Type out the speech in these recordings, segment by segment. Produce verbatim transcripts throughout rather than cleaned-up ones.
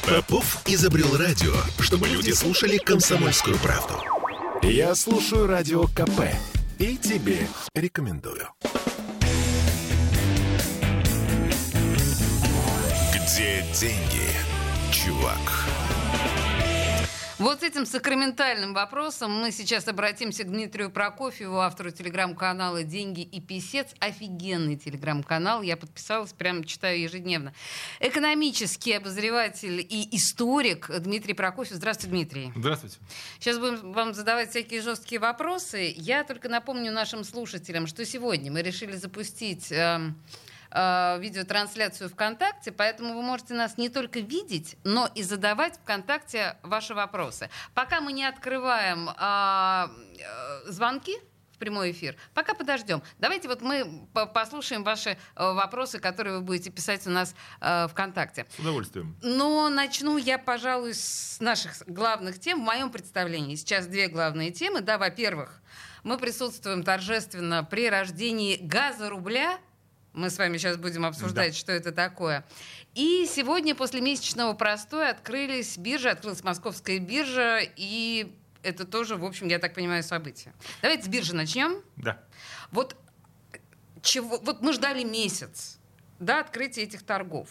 Попов изобрел радио, чтобы люди слушали комсомольскую правду. Я слушаю Радио КП и тебе рекомендую. Где деньги, чувак? Вот с этим сакраментальным вопросом мы сейчас обратимся к Дмитрию Прокофьеву, автору телеграм-канала «Деньги и писец». Офигенный телеграм-канал. Я подписалась, прям читаю ежедневно. Экономический обозреватель и историк Дмитрий Прокофьев. Здравствуйте, Дмитрий. Здравствуйте. Сейчас будем вам задавать всякие жесткие вопросы. Я только напомню нашим слушателям, что сегодня мы решили запустить... Э, видеотрансляцию ВКонтакте, поэтому вы можете нас не только видеть, но и задавать ВКонтакте ваши вопросы. Пока мы не открываем а, а, звонки в прямой эфир, пока подождем. Давайте вот мы послушаем ваши а, вопросы, которые вы будете писать у нас а, ВКонтакте. С удовольствием. Но начну я, пожалуй, с наших главных тем. В моем представлении сейчас две главные темы. Да, во-первых, мы присутствуем торжественно при рождении газорубля. Мы с вами сейчас будем обсуждать, да. Что это такое. И сегодня после месячного простоя открылись биржи, открылась Московская биржа, и это тоже, в общем, я так понимаю, событие. Давайте с биржи начнем. Да. Вот, чего, вот мы ждали месяц до открытия этих торгов.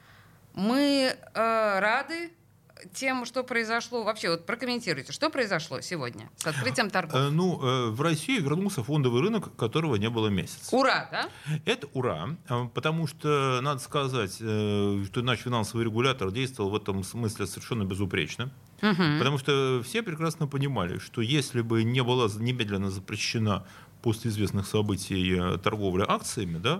Мы э, рады тем, что произошло. Вообще, вот прокомментируйте, что произошло сегодня с открытием торгов? Э, ну, э, в России вернулся фондовый рынок, которого не было месяц. Ура, да? Это ура, потому что, надо сказать, э, что наш финансовый регулятор действовал в этом смысле совершенно безупречно. Угу. Потому что все прекрасно понимали, что если бы не была немедленно запрещена после известных событий торговля акциями, да,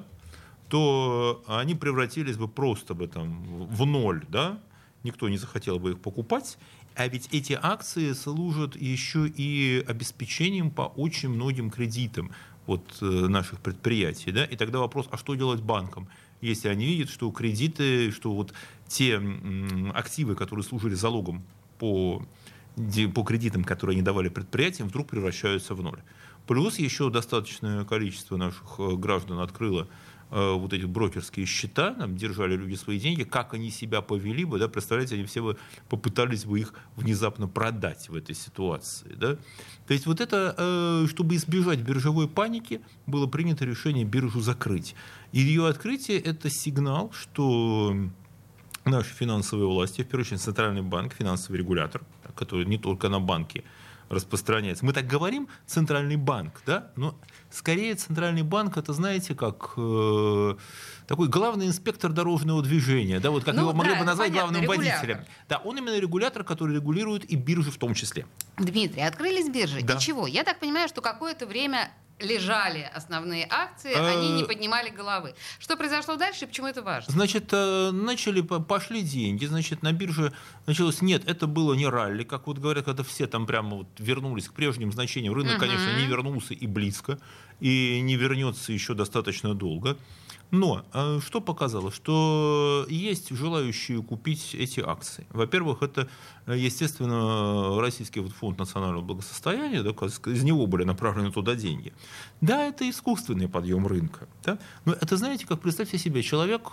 то они превратились бы просто бы, там, в ноль, да? Никто не захотел бы их покупать, а ведь эти акции служат еще и обеспечением по очень многим кредитам вот, наших предприятий. Да? И тогда вопрос, а что делать банкам, если они видят, что кредиты, что вот те активы, которые служили залогом по, по кредитам, которые они давали предприятиям, вдруг превращаются в ноль. Плюс еще достаточное количество наших граждан открыло вот эти брокерские счета, там держали люди свои деньги, как они себя повели бы, да, представляете, они все бы попытались бы их внезапно продать в этой ситуации. Да? То есть вот это, чтобы избежать биржевой паники, было принято решение биржу закрыть. И ее открытие – это сигнал, что наши финансовые власти, в первую очередь Центральный банк, финансовый регулятор, который не только на банки распространяется. Мы так говорим, Центральный банк, да? Но скорее Центральный банк, это, знаете, как э, такой главный инспектор дорожного движения, да, вот как ну, его могли да, бы назвать понятно, главным регулятор. Водителем. Да, он именно регулятор, который регулирует и биржи в том числе. Дмитрий, открылись биржи. Да. И чего? Я так понимаю, что какое-то время лежали основные акции, они не поднимали головы. Что произошло дальше и почему это важно? Значит, начали, пошли деньги, значит, на бирже началось, нет, это было не ралли, как вот говорят, когда все там прямо вот вернулись к прежним значениям. Рынок, uh-huh. конечно, не вернулся и близко, и не вернется еще достаточно долго. Но что показало? Что есть желающие купить эти акции. Во-первых, это, естественно, Российский фонд национального благосостояния, да, из него были направлены туда деньги. Да, это искусственный подъем рынка. Да? Но это, знаете, как представьте себе, человек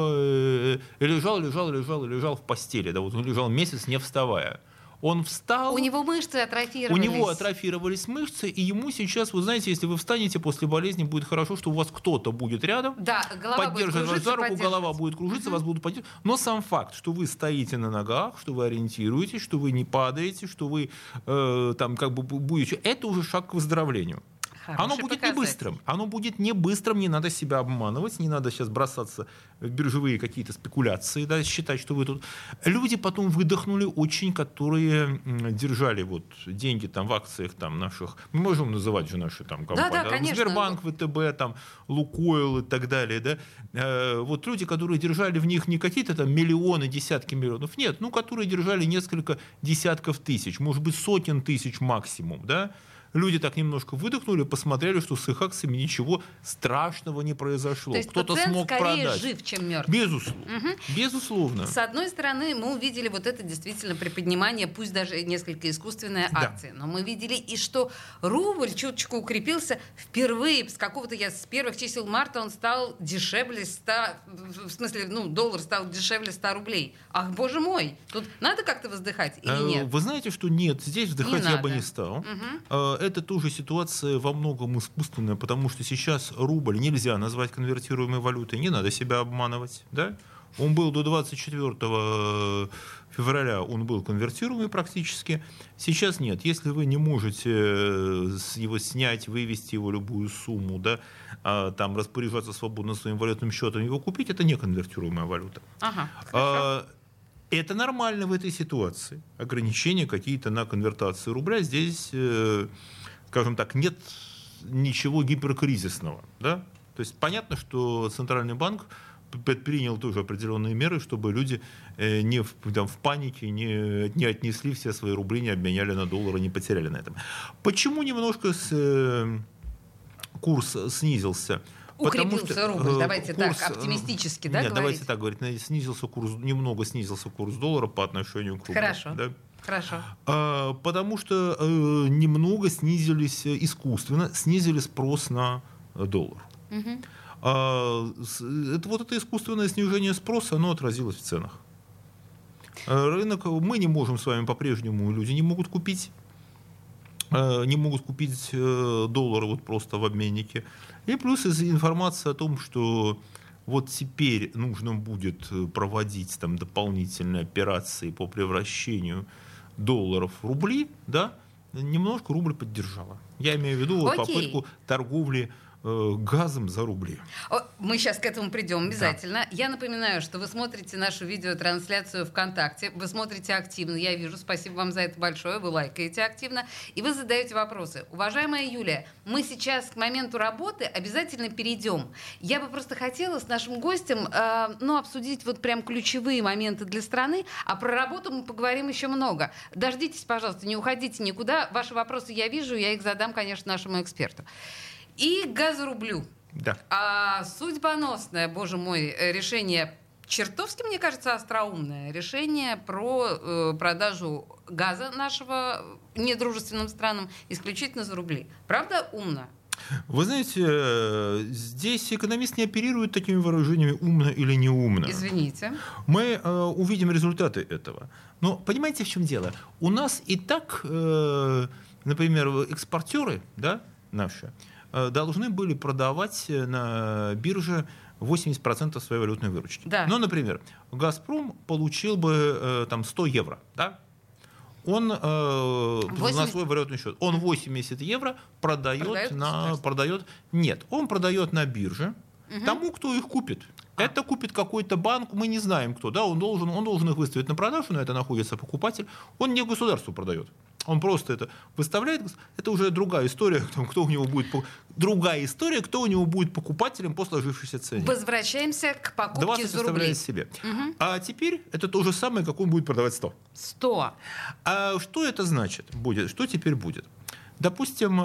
лежал, лежал, лежал, лежал в постели, да, вот он лежал месяц, не вставая. Он встал. У него мышцы атрофировались. У него атрофировались мышцы, и ему сейчас, вы знаете, если вы встанете после болезни, будет хорошо, что у вас кто-то будет рядом, да, поддерживать вас за руку, голова будет кружиться, uh-huh. вас будут поддерживать. Но сам факт, что вы стоите на ногах, что вы ориентируетесь, что вы не падаете, что вы э, там как бы будете, это уже шаг к выздоровлению. Хороший оно будет показатель. не быстрым. Оно будет не быстрым, не надо себя обманывать, не надо сейчас бросаться в биржевые какие-то спекуляции, да, считать, что вы тут. Люди потом выдохнули очень, которые держали вот деньги там в акциях там наших, мы можем называть же наши там компании, да, да, конечно. Сбербанк, ВТБ, там Лукойл и так далее, да. Э, вот люди, которые держали в них не какие-то там миллионы, десятки миллионов, нет, ну, которые держали несколько десятков тысяч, может быть, сотен тысяч максимум, да. люди так немножко выдохнули, посмотрели, что с их акциями ничего страшного не произошло. То есть кто-то пациент смог скорее продать. жив, чем мертв. Безусловно. Угу. Безусловно. С одной стороны, мы увидели вот это действительно приподнимание, пусть даже несколько искусственной Да. акции, но мы видели и что рубль чуточку укрепился впервые, с какого-то я с первых чисел марта он стал дешевле ста, в смысле, ну, доллар стал дешевле ста рублей. Ах, боже мой, тут надо как-то воздыхать или нет? Вы знаете, что нет, здесь вздыхать Не я бы надо. не стал. Угу. Это тоже ситуация во многом искусственная, потому что сейчас рубль нельзя назвать конвертируемой валютой, не надо себя обманывать. Да? Он был до двадцать четвёртого февраля, он был конвертируемый практически. Сейчас нет. Если вы не можете его снять, вывести его любую сумму, да, там распоряжаться свободно своим валютным счетом, его купить, это не конвертируемая валюта. Ага, а, это нормально в этой ситуации. Ограничения какие-то на конвертацию рубля. Здесь, скажем так, нет ничего гиперкризисного. Да? То есть понятно, что Центральный банк предпринял тоже определенные меры, чтобы люди не в, там, в панике не, не отнесли все свои рубли, не обменяли на доллары, не потеряли на этом. Почему немножко с, э, курс снизился? Укрепился что, рубль, давайте курс, так, оптимистически, да, нет, говорить? давайте так говорить, снизился курс, немного снизился курс доллара по отношению к рублю. Хорошо, да? хорошо. А, потому что э, немного снизились искусственно, снизили спрос на доллар. Угу. А, это, вот это искусственное снижение спроса, оно отразилось в ценах. Рынок мы не можем с вами по-прежнему, люди не могут купить, не могут купить доллары вот просто в обменнике. И плюс информация о том, что вот теперь нужно будет проводить там дополнительные операции по превращению долларов в рубли, да, немножко рубль поддержала. Я имею в виду вот попытку торговли газом за рубли. Мы сейчас к этому придем обязательно. Да. Я напоминаю, что вы смотрите нашу видеотрансляцию ВКонтакте. Вы смотрите активно, я вижу. Спасибо вам за это большое. Вы лайкаете активно. И вы задаете вопросы. Уважаемая Юлия, мы сейчас к моменту работы обязательно перейдем. Я бы просто хотела с нашим гостем э, ну, обсудить вот прям ключевые моменты для страны, а про работу мы поговорим еще много. Дождитесь, пожалуйста, не уходите никуда. Ваши вопросы я вижу, я их задам, конечно, нашему эксперту. И к газорублю. Да. А судьбоносное, боже мой, решение, чертовски, мне кажется, остроумное решение про э, продажу газа нашего недружественным странам исключительно за рубли. Правда, умно? Вы знаете, здесь экономист не оперирует такими выражениями «умно» или «неумно». Извините. Мы э, увидим результаты этого. Но понимаете, в чем дело? У нас и так, э, например, экспортеры, да, наши, должны были продавать на бирже восемьдесят процентов своей валютной выручки. Да. Ну, например, «Газпром» получил бы там, сто евро. Да? Он восемьдесят на свой валютный счет. Он восемьдесят евро продает, продает на... Продает... Нет, он продает на бирже угу. тому, кто их купит. А. Это купит какой-то банк, мы не знаем кто. Да? Он, должен, он должен их выставить на продажу, на это находится покупатель. Он не государству продает. Он просто это выставляет. Это уже другая история, кто у него будет, другая история, кто у него будет покупателем по сложившейся цене. Возвращаемся к покупке за рубли. Себе. Угу. А теперь это то же самое, как он будет продавать сто. сто. А что это значит? Будет? Что теперь будет? Допустим,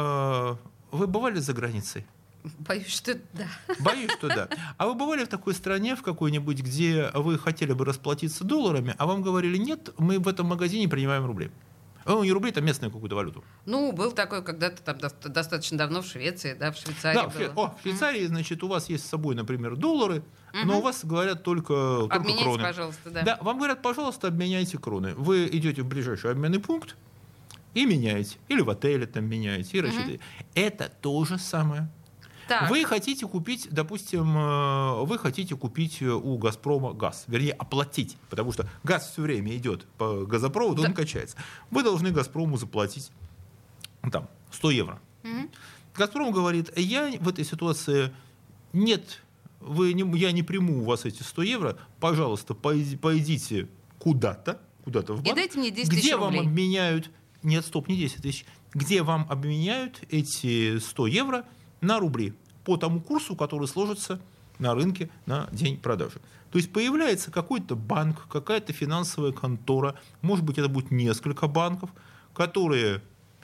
вы бывали за границей? Боюсь, что да. Боюсь, что да. А вы бывали в такой стране, в какой-нибудь, где вы хотели бы расплатиться долларами, а вам говорили, нет, мы в этом магазине принимаем рубли? Ну, не рубли, там местную какую-то валюту. Ну, был такой когда-то там достаточно давно в Швеции, да, в Швейцарии да, было. О, в Швейцарии, mm-hmm. значит, у вас есть с собой, например, доллары, mm-hmm. но у вас говорят только, только обменяйте, кроны. пожалуйста, да. Да, вам говорят, пожалуйста, обменяйте кроны. Вы идете в ближайший обменный пункт и меняете. Или в отеле там меняете, и рассчитываете. Mm-hmm. Это то же самое. Так. Вы хотите купить, допустим, вы хотите купить у «Газпрома» газ, вернее, оплатить, потому что газ все время идет по газопроводу, да. он качается. Вы должны «Газпрому» заплатить там, сто евро. Угу. «Газпром» говорит, я в этой ситуации, нет, вы не, я не приму у вас эти сто евро, пожалуйста, пойдите куда-то, куда-то в банк, и дайте мне десять тысяч где рублей. вам обменяют, нет, стоп, не десять тысяч, где вам обменяют эти сто евро на рубли по тому курсу, который сложится на рынке на день продажи. То есть появляется какой-то банк, какая-то финансовая контора, может быть, это будет несколько банков, которые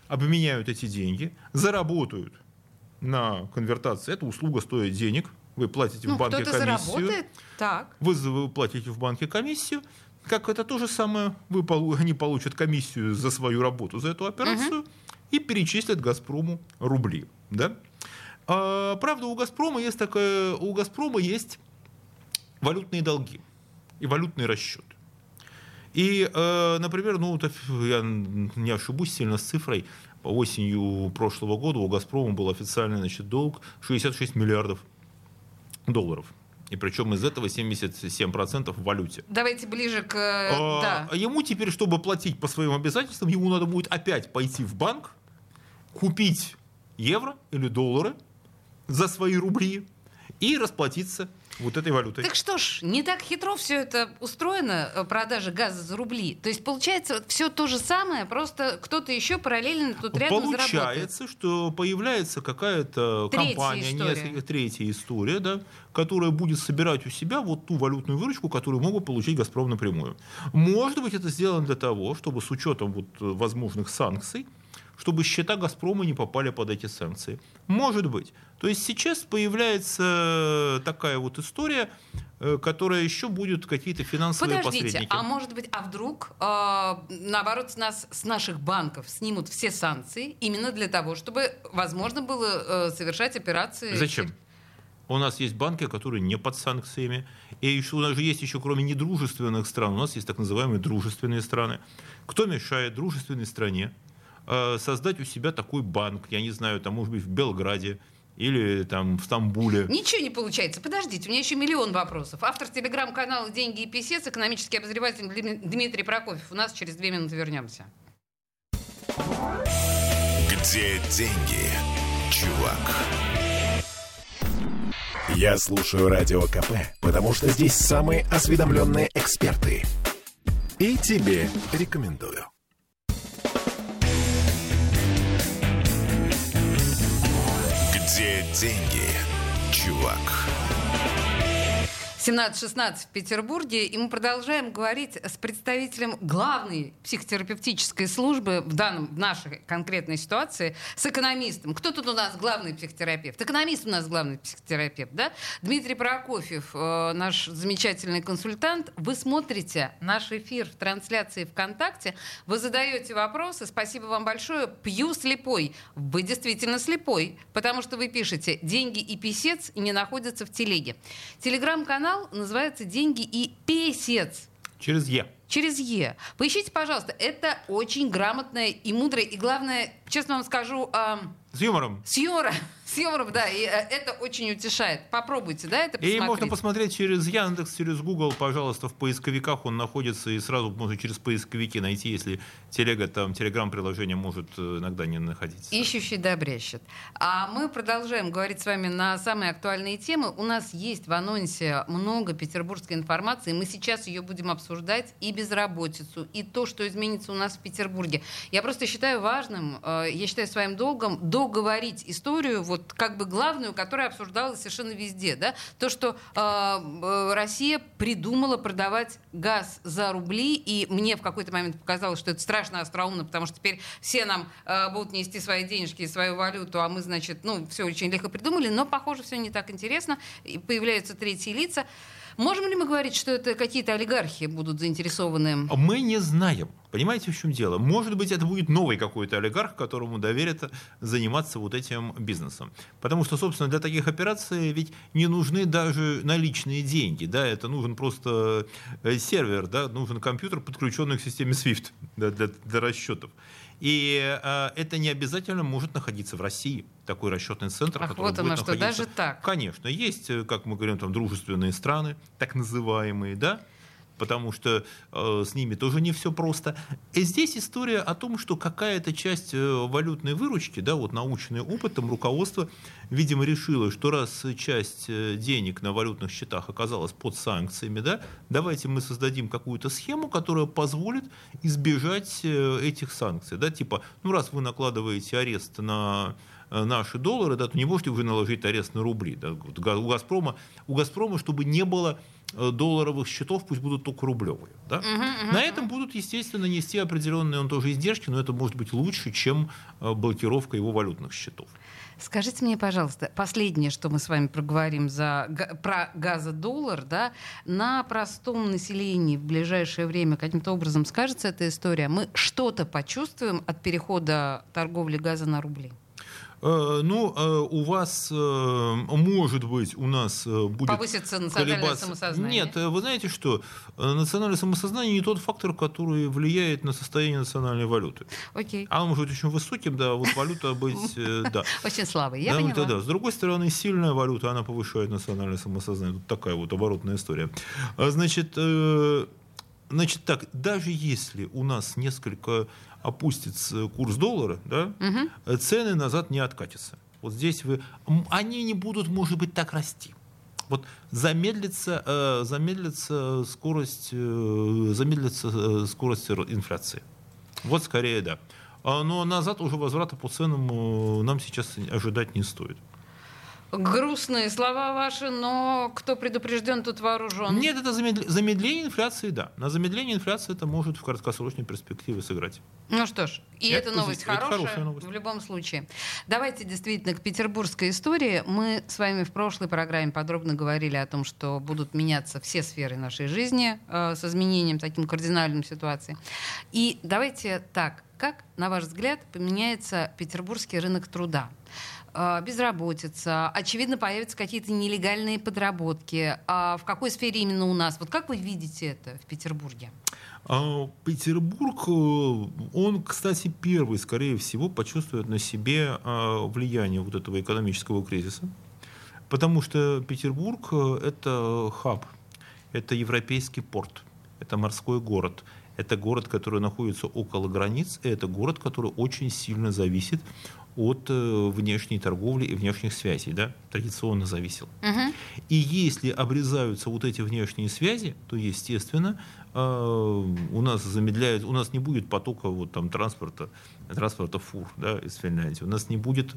обменяют эти деньги, заработают на конвертации. Эта услуга стоит денег. Вы платите ну, в банке комиссию. Так. Вы, вы платите в банке комиссию. Как это то же самое, вы, они получат комиссию за свою работу, за эту операцию, угу. и перечислят «Газпрому» рубли. Да? А, правда, у «Газпрома» есть такая, у «Газпрома» есть валютные долги и валютный расчет. И, э, например, ну, я не ошибусь сильно с цифрой, по осенью прошлого года у «Газпрома» был официальный, значит, долг шестьдесят шесть миллиардов долларов. И причем из этого семьдесят семь процентов в валюте. Давайте ближе к... А, да. Ему теперь, чтобы платить по своим обязательствам, ему надо будет опять пойти в банк, купить евро или доллары за свои рубли и расплатиться вот этой валютой. Так что ж, не так хитро все это устроено, продажа газа за рубли. То есть получается все то же самое, просто кто-то еще параллельно тут рядом получается, заработает. Получается, что появляется какая-то третья компания, история. Несколько, третья история, да, которая будет собирать у себя вот ту валютную выручку, которую могут получить «Газпром» напрямую. Может быть, это сделано для того, чтобы с учетом вот возможных санкций, чтобы счета «Газпрома» не попали под эти санкции. Может быть. То есть сейчас появляется такая вот история, которая еще будет какие-то финансовые Подождите, посредники. А может быть, а вдруг, э, наоборот, с нас, с наших банков снимут все санкции именно для того, чтобы возможно было э, совершать операции? Зачем? У нас есть банки, которые не под санкциями. И еще, у нас же есть еще, кроме недружественных стран, у нас есть так называемые дружественные страны. Кто мешает дружественной стране создать у себя такой банк, я не знаю, там, может быть, в Белграде или там в Стамбуле? Ничего не получается. Подождите, у меня еще миллион вопросов. Автор телеграм-канала «Деньги и писец», экономический обозреватель Дмитрий Прокофьев. У нас через две минуты вернемся. Где деньги, чувак? Я слушаю Радио КП, потому что здесь самые осведомленные эксперты. И тебе рекомендую. Где деньги, чувак? семнадцать шестнадцать в Петербурге, и мы продолжаем говорить с представителем главной психотерапевтической службы в данном, в нашей конкретной ситуации, с экономистом. Кто тут у нас главный психотерапевт? Экономист у нас главный психотерапевт, да? Дмитрий Прокофьев, э, наш замечательный консультант. Вы смотрите наш эфир в трансляции ВКонтакте, вы задаете вопросы. Спасибо вам большое. Пью слепой. Вы действительно слепой, потому что вы пишете «Деньги и писец» и не находятся в телеге. Телеграм-канал называется «Деньги и песец». Через «Е». Через «Е». Поищите, пожалуйста. Это очень грамотное и мудрое. И главное, честно вам скажу... Эм, с юмором. С юмором. С юмором, да. И э, это очень утешает. Попробуйте, да, это посмотреть. И можно посмотреть через Яндекс, через Google, пожалуйста, в поисковиках он находится, и сразу можно через поисковики найти, если телега, там, телеграм-приложение может иногда не находиться. Ищущий да брещет. А мы продолжаем говорить с вами на самые актуальные темы. У нас есть в анонсе много петербургской информации. Мы сейчас ее будем обсуждать и безработицу, и то, что изменится у нас в Петербурге. Я просто считаю важным, я считаю своим долгом договорить историю, вот как бы главную, которая обсуждалась совершенно везде. Да? То, что э, Россия придумала продавать газ за рубли, и мне в какой-то момент показалось, что это страшно остроумно, потому что теперь все нам э, будут нести свои денежки и свою валюту, а мы, значит, ну, все очень легко придумали, но, похоже, все не так интересно, и появляются третьи лица. Можем ли мы говорить, что это какие-то олигархи будут заинтересованы? Мы не знаем. Понимаете, в чем дело? Может быть, это будет новый какой-то олигарх, которому доверят заниматься вот этим бизнесом. Потому что, собственно, для таких операций ведь не нужны даже наличные деньги. Да? Это нужен просто сервер, да? Нужен компьютер, подключенный к системе свифт, да, для, для расчетов. И э, это не обязательно может находиться в России. Такой расчетный центр, Ах, который вот будет оно находиться. Что, даже так? Конечно, есть, как мы говорим, там дружественные страны, так называемые, да, потому что э, с ними тоже не все просто. И здесь история о том, что какая-то часть э, валютной выручки, да, вот наученная опытом, руководство, видимо, решило, что раз часть э, денег на валютных счетах оказалась под санкциями, да, давайте мы создадим какую-то схему, которая позволит избежать э, этих санкций, да, типа, ну раз вы накладываете арест на наши доллары, да, то не можете вы наложить арест на рубли. Да. У «Газпрома», у «Газпрома», чтобы не было долларовых счетов, пусть будут только рублевые. Да? Uh-huh, uh-huh, на этом будут, естественно, нести определенные он тоже издержки, но это может быть лучше, чем блокировка его валютных счетов. Скажите мне, пожалуйста, последнее, что мы с вами проговорим за, про газодоллар, да, на простом населении в ближайшее время каким-то образом скажется эта история? Мы что-то почувствуем от перехода торговли газа на рубли? Ну, у вас, может быть, у нас будет... Повысится национальное колебаться. самосознание? Нет, вы знаете что? Национальное самосознание не тот фактор, который влияет на состояние национальной валюты. Окей. Оно может быть очень высоким, да, вот валюта быть... да. Очень слабой, я да, поняла. Да. С другой стороны, сильная валюта, она повышает национальное самосознание. Тут такая вот оборотная история. Значит, значит так, даже если у нас несколько... опустится курс доллара, да, угу. цены назад не откатятся. Вот здесь вы, они не будут, может быть, так расти. Вот замедлится, э, замедлится скорость, э, замедлится скорость инфляции. Вот скорее да. Но назад уже возврата по ценам э, нам сейчас ожидать не стоит. Грустные слова ваши, но кто предупрежден, тот вооружен. Нет, это замедление инфляции, да. На замедление инфляции это может в краткосрочной перспективе сыграть. Ну что ж, и эта новость это хорошая, хорошая новость. В любом случае. Давайте действительно к петербургской истории. Мы с вами в прошлой программе подробно говорили о том, что будут меняться все сферы нашей жизни э, с изменением таким кардинальным ситуации. И давайте так, как, на ваш взгляд, поменяется петербургский рынок труда? Безработица, очевидно, появятся какие-то нелегальные подработки. А в какой сфере именно у нас? Вот как вы видите это в Петербурге? Петербург, он, кстати, первый, скорее всего, почувствует на себе влияние вот этого экономического кризиса. Потому что Петербург — это хаб, это европейский порт, это морской город. Это город, который находится около границ, и это город, который очень сильно зависит от внешней торговли и внешних связей, да, традиционно зависел. Uh-huh. И если обрезаются вот эти внешние связи, то, естественно, у нас замедляют, у нас не будет потока вот, там, транспорта, транспорта фур, да, из Финляндии, у нас не будет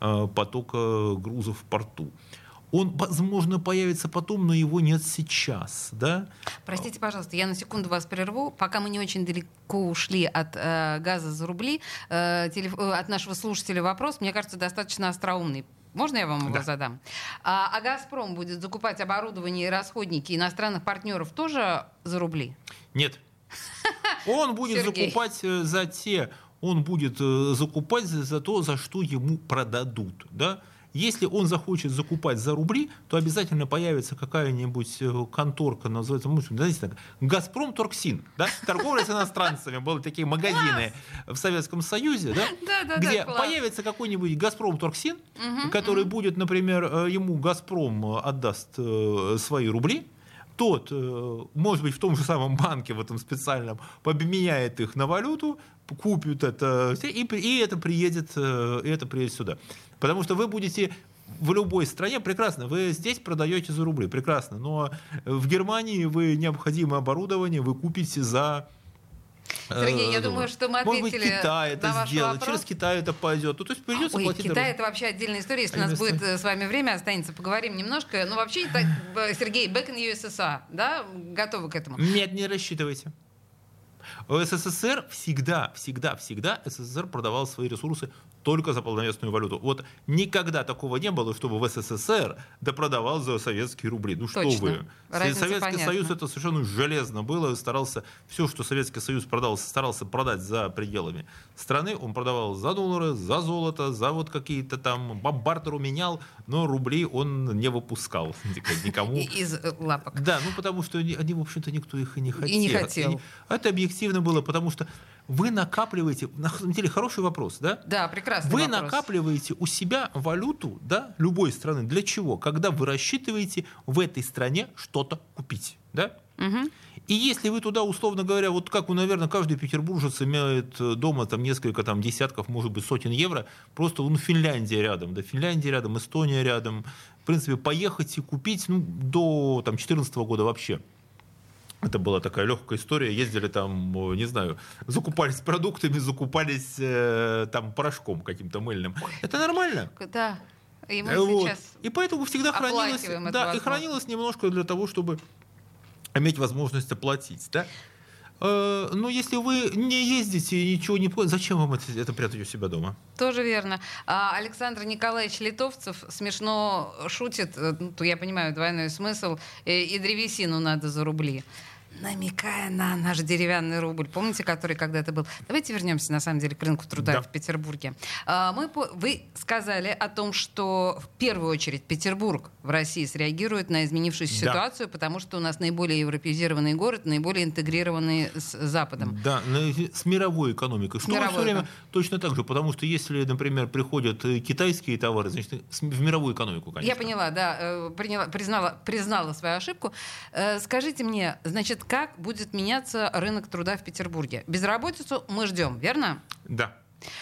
потока грузов в порту. Он, возможно, появится потом, но его нет сейчас. Да? Простите, пожалуйста, я на секунду вас прерву. Пока мы не очень далеко ушли от э, газа за рубли, э, телеф... от нашего слушателя вопрос, мне кажется, достаточно остроумный. Можно я вам его да. задам? А, а «Газпром» будет закупать оборудование и расходники иностранных партнеров тоже за рубли? Нет. Он будет закупать за те, он будет закупать за то, за что ему продадут, да? Если он захочет закупать за рубли, то обязательно появится какая-нибудь конторка, называется, знаете, так, «Газпром Торксин», да? Торговля с иностранцами. Были такие магазины в Советском Союзе, да? Да, да, где да, появится какой-нибудь «Газпром Торксин», угу, который угу. будет, например, ему «Газпром» отдаст свои рубли, тот, может быть, в том же самом банке, в этом специальном, поменяет их на валюту, купит это, и, и это приедет, и это приедет сюда. Потому что вы будете в любой стране, прекрасно, вы здесь продаете за рубли, прекрасно, но в Германии вы необходимое оборудование вы купите за... Сергей, я думаю, что мы ответили. Может быть, Китай это сделает, через Китай это пойдет. Ну, то есть придется Ой, платить. Китай дороже. Это вообще отдельная история. Если а у нас будет с вами время, останется, поговорим немножко. Но вообще, так, Сергей, back in ю эс эс ар, да, готовы к этому? Нет, не рассчитывайте. В СССР всегда, всегда, всегда СССР продавал свои ресурсы только за полновесную валюту. Вот никогда такого не было, чтобы в СССР допродавал за советские рубли. Ну Точно. Что вы. Разница Советский понятна. Союз это совершенно железно было. Старался все, что Советский Союз продал, старался продать за пределами страны. Он продавал за доллары, за золото, за вот какие-то там бомбардеру менял, но рубли он не выпускал никому. Из лапок. Да, ну потому что они, они в общем-то, никто их и не хотел. И не хотел. Это объективно было, потому что вы накапливаете, на самом деле хороший вопрос, да? Да, прекрасный Вы вопрос. накапливаете у себя валюту, да, любой страны. Для чего? Когда вы рассчитываете в этой стране что-то купить, да? Угу. И если вы туда, условно говоря, вот как, наверное, каждый петербуржец имеет дома там несколько там, десятков, может быть, сотен евро, просто ну, Финляндия рядом, да, Финляндия рядом, Эстония рядом, в принципе, поехать и купить ну, до там, две тысячи четырнадцатого года вообще Это была такая легкая история. Ездили там, не знаю, закупались продуктами, закупались э, там порошком каким-то мыльным. Это нормально. Да. И мы вот. сейчас И поэтому всегда хранилось, да, и хранилось немножко для того, чтобы иметь возможность оплатить. Да? Э, но если вы не ездите и ничего не платите, зачем вам это, это прятать у себя дома? Тоже верно. А Александр Николаевич Литовцев смешно шутит, то я понимаю двойной смысл, и, и древесину надо за рубли. Намекая на наш деревянный рубль. Помните, который когда-то был? Давайте вернемся, на самом деле, к рынку труда да. в Петербурге. А, мы, вы сказали о том, что в первую очередь Петербург в России среагирует на изменившуюся да. ситуацию, потому что у нас наиболее европеизированный город, наиболее интегрированный с Западом. Да, с мировой экономикой. С что мировой, все время да. точно так же, потому что если, например, приходят китайские товары, значит, в мировую экономику, конечно. Я поняла, да, приняла, признала, признала свою ошибку. Скажите мне, значит, как будет меняться рынок труда в Петербурге? Безработицу мы ждем, верно? Да.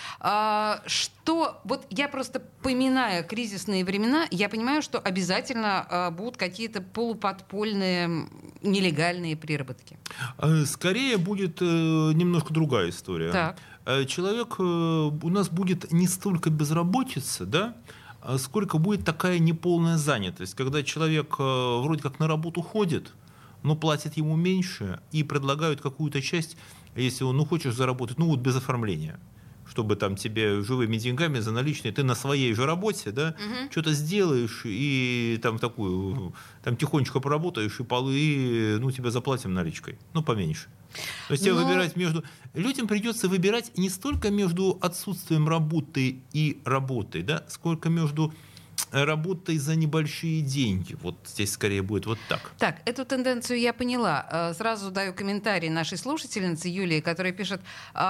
А, что, вот я просто, поминая кризисные времена, я понимаю, что обязательно а, будут какие-то полуподпольные, нелегальные приработки. Скорее будет э, немножко другая история. Так. Человек, э, у нас будет не столько безработица, да, сколько будет такая неполная занятость, когда человек э, вроде как на работу ходит, но платят ему меньше и предлагают какую-то часть, если он, ну, хочешь заработать, ну, вот без оформления, чтобы там тебе живыми деньгами за наличные, ты на своей же работе, да, угу. что-то сделаешь и там такую, там тихонечко поработаешь, и, полы, и ну, тебе заплатим наличкой, ну, поменьше. То есть но... тебе выбирать между... Людям придется выбирать не столько между отсутствием работы и работой, да, сколько между... работой за небольшие деньги. Вот здесь скорее будет вот так. Так, эту тенденцию я поняла. Сразу даю комментарий нашей слушательницы Юлии, которая пишет: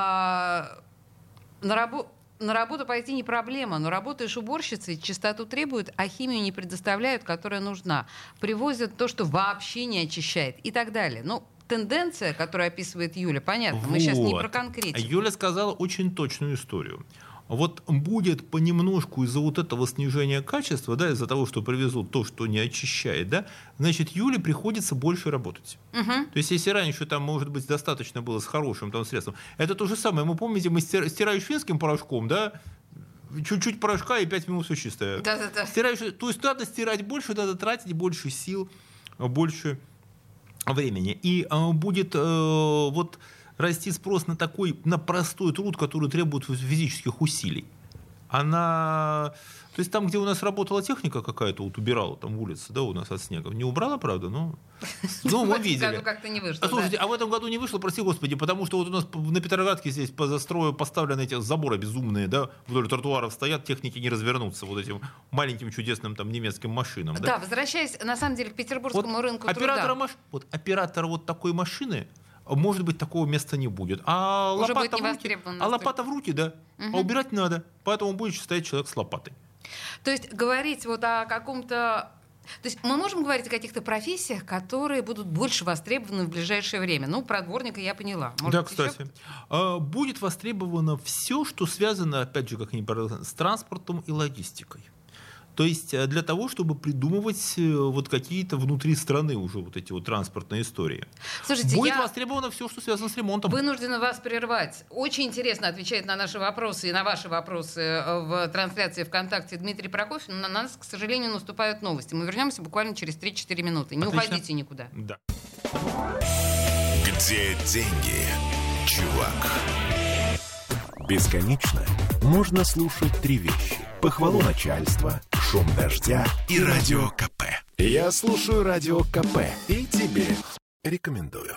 а, на, рабо- на работу пойти не проблема, но работаешь уборщицей, чистоту требуют, а химию не предоставляют, которая нужна. Привозят то, что вообще не очищает и так далее. Ну, тенденция, которую описывает Юля, понятно. Вот. Мы сейчас не про конкретику. Юля сказала очень точную историю. Вот будет понемножку из-за вот этого снижения качества, да, из-за того, что привезут то, что не очищает, да, значит, Юле приходится больше работать. Угу. То есть, если раньше там, может быть, достаточно было с хорошим там средством, это то же самое. Мы, помните, мы стираешь финским порошком, да, чуть-чуть порошка и пять минут все чистое. Да-да-да. Стираешь, то есть, надо стирать больше, надо тратить больше сил, больше времени. И а, будет а, вот... расти спрос на такой, на простой труд, который требует физических усилий. Она... То есть там, где у нас работала техника какая-то, вот убирала там улицы, да, у нас от снега. Не убрала, правда, но... Ну, мы видели. В этом году как-то не вышло. А, слушайте, а в этом году не вышло, прости господи, потому что вот у нас на Петроградке здесь по застрою поставлены эти заборы безумные, да, вдоль тротуаров стоят, техники не развернутся вот этим маленьким чудесным там немецким машинам. Да, да, возвращаясь, на самом деле, к петербургскому вот рынку оператора труда. Маш... Вот оператор вот такой машины, может быть, такого места не будет. А, Уже лопата, будет в руки, а лопата в руки, да. Угу. А убирать надо. Поэтому будет стоять человек с лопатой. То есть говорить вот о каком-то... То есть мы можем говорить о каких-то профессиях, которые будут больше востребованы в ближайшее время. Ну, про дворника я поняла. Может, да, кстати. Еще... Будет востребовано все, что связано, опять же, как они говорят, с транспортом и логистикой. То есть для того, чтобы придумывать вот какие-то внутри страны уже вот эти вот транспортные истории. Слушайте, будет я востребовано все, что связано с ремонтом. Вынуждена вас прервать. Очень интересно отвечает на наши вопросы и на ваши вопросы в трансляции ВКонтакте Дмитрий Прокофьев. На нас, к сожалению, наступают новости. Мы вернемся буквально через три-четыре минуты. Не Отлично. Уходите никуда. Да. Где деньги, чувак? Бесконечно можно слушать три вещи: похвалу начальства, шум дождя и радио КП. Я слушаю радио КП и тебе рекомендую.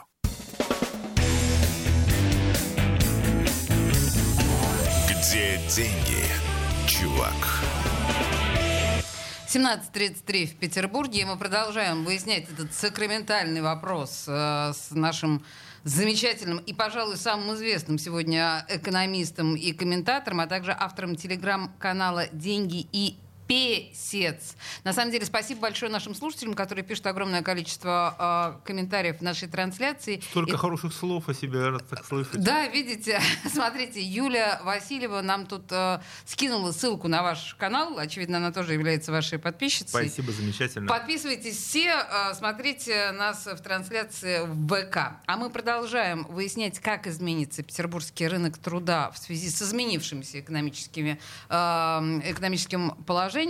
Где деньги, чувак? семнадцать тридцать три в Петербурге, и мы продолжаем выяснять этот сакраментальный вопрос э, с нашим замечательным и, пожалуй, самым известным сегодня экономистом и комментатором, а также автором телеграм-канала «Деньги и Песец. На самом деле, спасибо большое нашим слушателям, которые пишут огромное количество э, комментариев в нашей трансляции. Столько И... хороших слов о себе раз так слышать. Да, видите, смотрите, Юля Васильева нам тут э, скинула ссылку на ваш канал. Очевидно, она тоже является вашей подписчицей. Спасибо, замечательно. Подписывайтесь все, э, смотрите нас в трансляции в ВК. А мы продолжаем выяснять, как изменится петербургский рынок труда в связи с изменившимися экономическими, э, экономическим положением.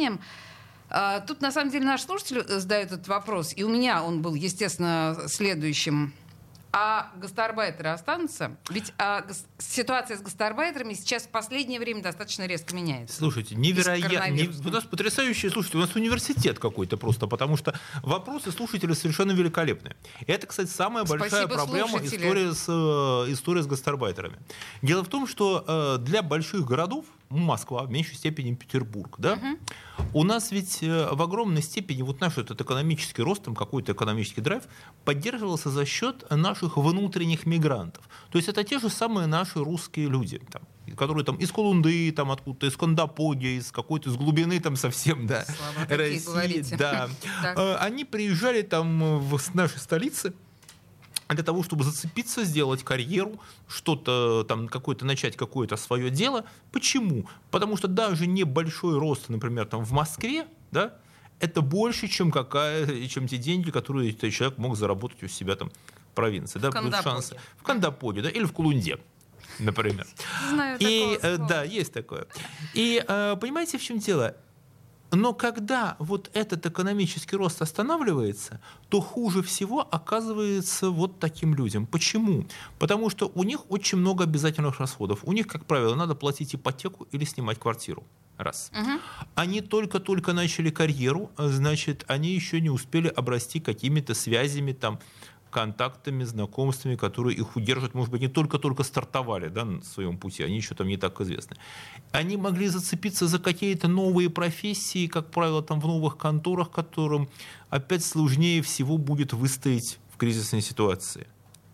Тут, на самом деле, наш слушатель задает этот вопрос, и у меня он был, естественно, следующим. А гастарбайтеры останутся? Ведь а, гос- ситуация с гастарбайтерами сейчас в последнее время достаточно резко меняется. Слушайте, невероятно. Не, у нас потрясающие слушатели. У нас университет какой-то просто, потому что вопросы слушателей совершенно великолепные. И это, кстати, самая большая Спасибо, проблема истории с, э, история с гастарбайтерами. Дело в том, что э, для больших городов, Москва, в меньшей степени Петербург, да, угу. у нас ведь э, в огромной степени вот наш этот экономический рост, там, какой-то экономический драйв поддерживался за счет наших внутренних мигрантов. То есть это те же самые наши русские люди, там, которые там из Колунды, там откуда-то, из Кондопогия, из какой-то из глубины там совсем, да, России, да. Они приезжали там в нашей столице для того, чтобы зацепиться, сделать карьеру, что-то там, какое-то, начать какое-то свое дело. Почему? Потому что даже небольшой рост, например, там в Москве, да, это больше, чем, какая, чем те деньги, которые этот человек мог заработать у себя там в провинции. В да, Кондопоге. Шансы. В Кондопоге, да, или в Колунде, например. Знаю И, такое слово. да, есть такое. И понимаете, в чем дело? Но когда вот этот экономический рост останавливается, то хуже всего оказывается вот таким людям. Почему? Потому что у них очень много обязательных расходов. У них, как правило, надо платить ипотеку или снимать квартиру. Раз. Угу. Они только-только начали карьеру, значит, они еще не успели обрасти какими-то связями, там, контактами, знакомствами, которые их удержат, может быть, не только-только стартовали, да, на своем пути, они еще там не так известны. Они могли зацепиться за какие-то новые профессии, как правило, там в новых конторах, которым опять сложнее всего будет выстоять в кризисной ситуации.